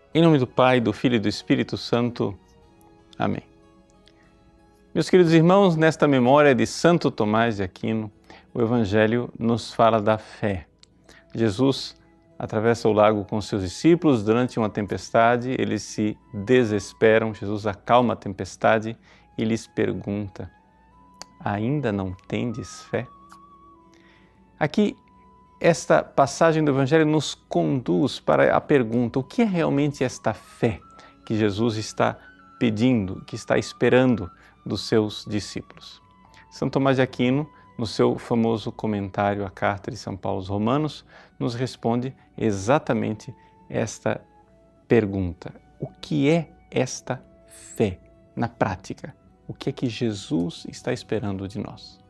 Em nome do Pai, do Filho e do Espírito Santo. Amém. Meus queridos irmãos, nesta memória de Santo Tomás de Aquino, o Evangelho nos fala da fé. Jesus atravessa o lago com seus discípulos durante uma tempestade, eles se desesperam, Jesus acalma a tempestade e lhes pergunta: ainda não tendes fé? Aqui, esta passagem do Evangelho nos conduz para a pergunta: o que é realmente esta fé que Jesus está pedindo, que está esperando dos seus discípulos? São Tomás de Aquino, no seu famoso comentário à carta de São Paulo aos Romanos, nos responde exatamente esta pergunta: o que é esta fé na prática? O que é que Jesus está esperando de nós?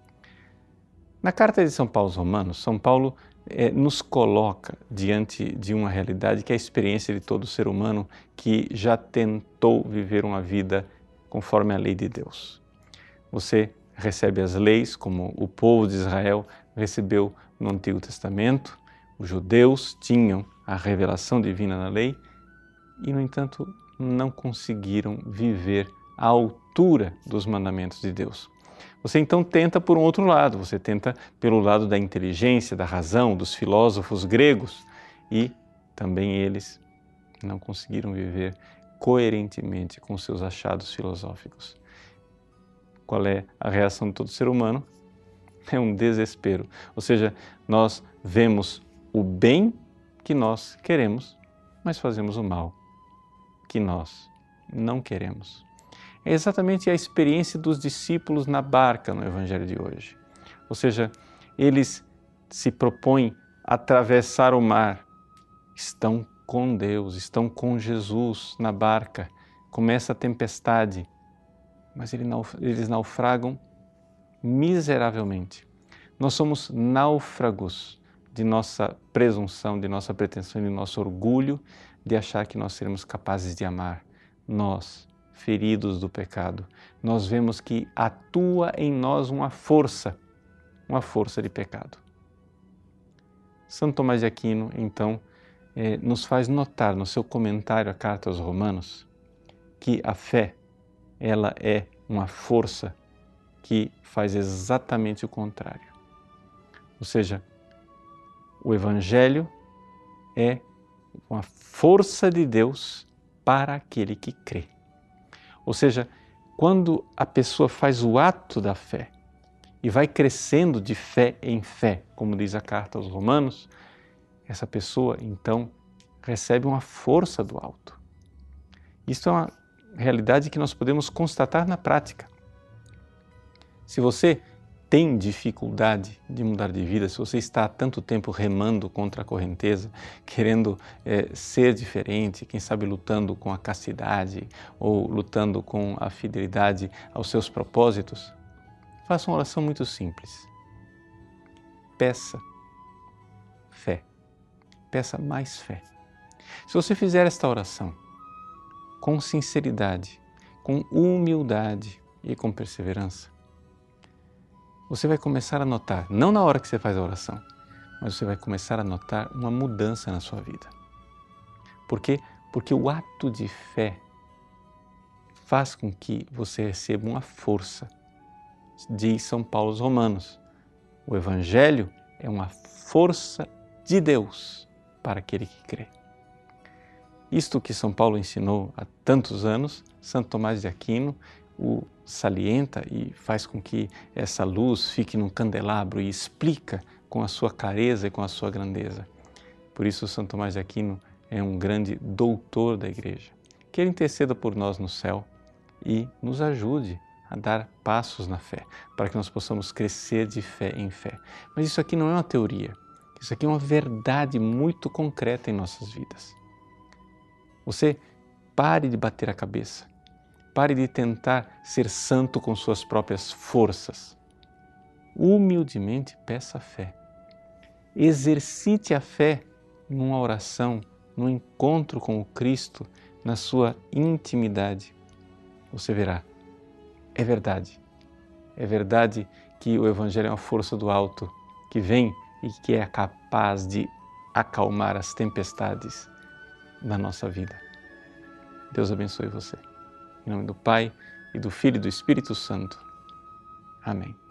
Na carta de São Paulo aos Romanos, São Paulo nos coloca diante de uma realidade que é a experiência de todo ser humano que já tentou viver uma vida conforme a lei de Deus. Você recebe as leis como o povo de Israel recebeu no Antigo Testamento, os judeus tinham a revelação divina na lei e, no entanto, não conseguiram viver à altura dos mandamentos de Deus. Você então tenta por um outro lado, você tenta pelo lado da inteligência, da razão, dos filósofos gregos e também eles não conseguiram viver coerentemente com seus achados filosóficos. Qual é a reação de todo ser humano? É um desespero. Ou seja, nós vemos o bem que nós queremos, mas fazemos o mal que nós não queremos. É exatamente a experiência dos discípulos na barca no Evangelho de hoje. Ou seja, eles se propõem a atravessar o mar, estão com Deus, estão com Jesus na barca, começa a tempestade, mas eles naufragam miseravelmente. Nós somos náufragos de nossa presunção, de nossa pretensão, de nosso orgulho de achar que nós seremos capazes de amar. Nós, feridos do pecado, nós vemos que atua em nós uma força de pecado. Santo Tomás de Aquino, então, nos faz notar no seu comentário à carta aos Romanos que a fé, ela é uma força que faz exatamente o contrário. Ou seja, o Evangelho é uma força de Deus para aquele que crê. Ou seja, quando a pessoa faz o ato da fé e vai crescendo de fé em fé, como diz a carta aos Romanos, essa pessoa então recebe uma força do alto. Isso é uma realidade que nós podemos constatar na prática. Se você tem dificuldade de mudar de vida, se você está há tanto tempo remando contra a correnteza, querendo ser diferente, quem sabe lutando com a castidade ou lutando com a fidelidade aos seus propósitos, faça uma oração muito simples. Peça fé, peça mais fé. Se você fizer esta oração com sinceridade, com humildade e com perseverança, você vai começar a notar, não na hora que você faz a oração, mas você vai começar a notar uma mudança na sua vida. Por quê? Porque o ato de fé faz com que você receba uma força. Diz São Paulo aos Romanos, o Evangelho é uma força de Deus para aquele que crê. Isto que São Paulo ensinou há tantos anos, Santo Tomás de Aquino o salienta e faz com que essa luz fique num candelabro e explica com a sua clareza e com a sua grandeza. Por isso, Santo Tomás de Aquino é um grande doutor da Igreja. Que ele interceda por nós no céu e nos ajude a dar passos na fé, para que nós possamos crescer de fé em fé. Mas isso aqui não é uma teoria, isso aqui é uma verdade muito concreta em nossas vidas. Você pare de bater a cabeça. Pare de tentar ser santo com suas próprias forças. Humildemente peça fé. Exercite a fé numa oração, num encontro com o Cristo, na sua intimidade. Você verá, é verdade que o Evangelho é uma força do alto, que vem e que é capaz de acalmar as tempestades da nossa vida. Deus abençoe você. Em nome do Pai, e do Filho e do Espírito Santo. Amém.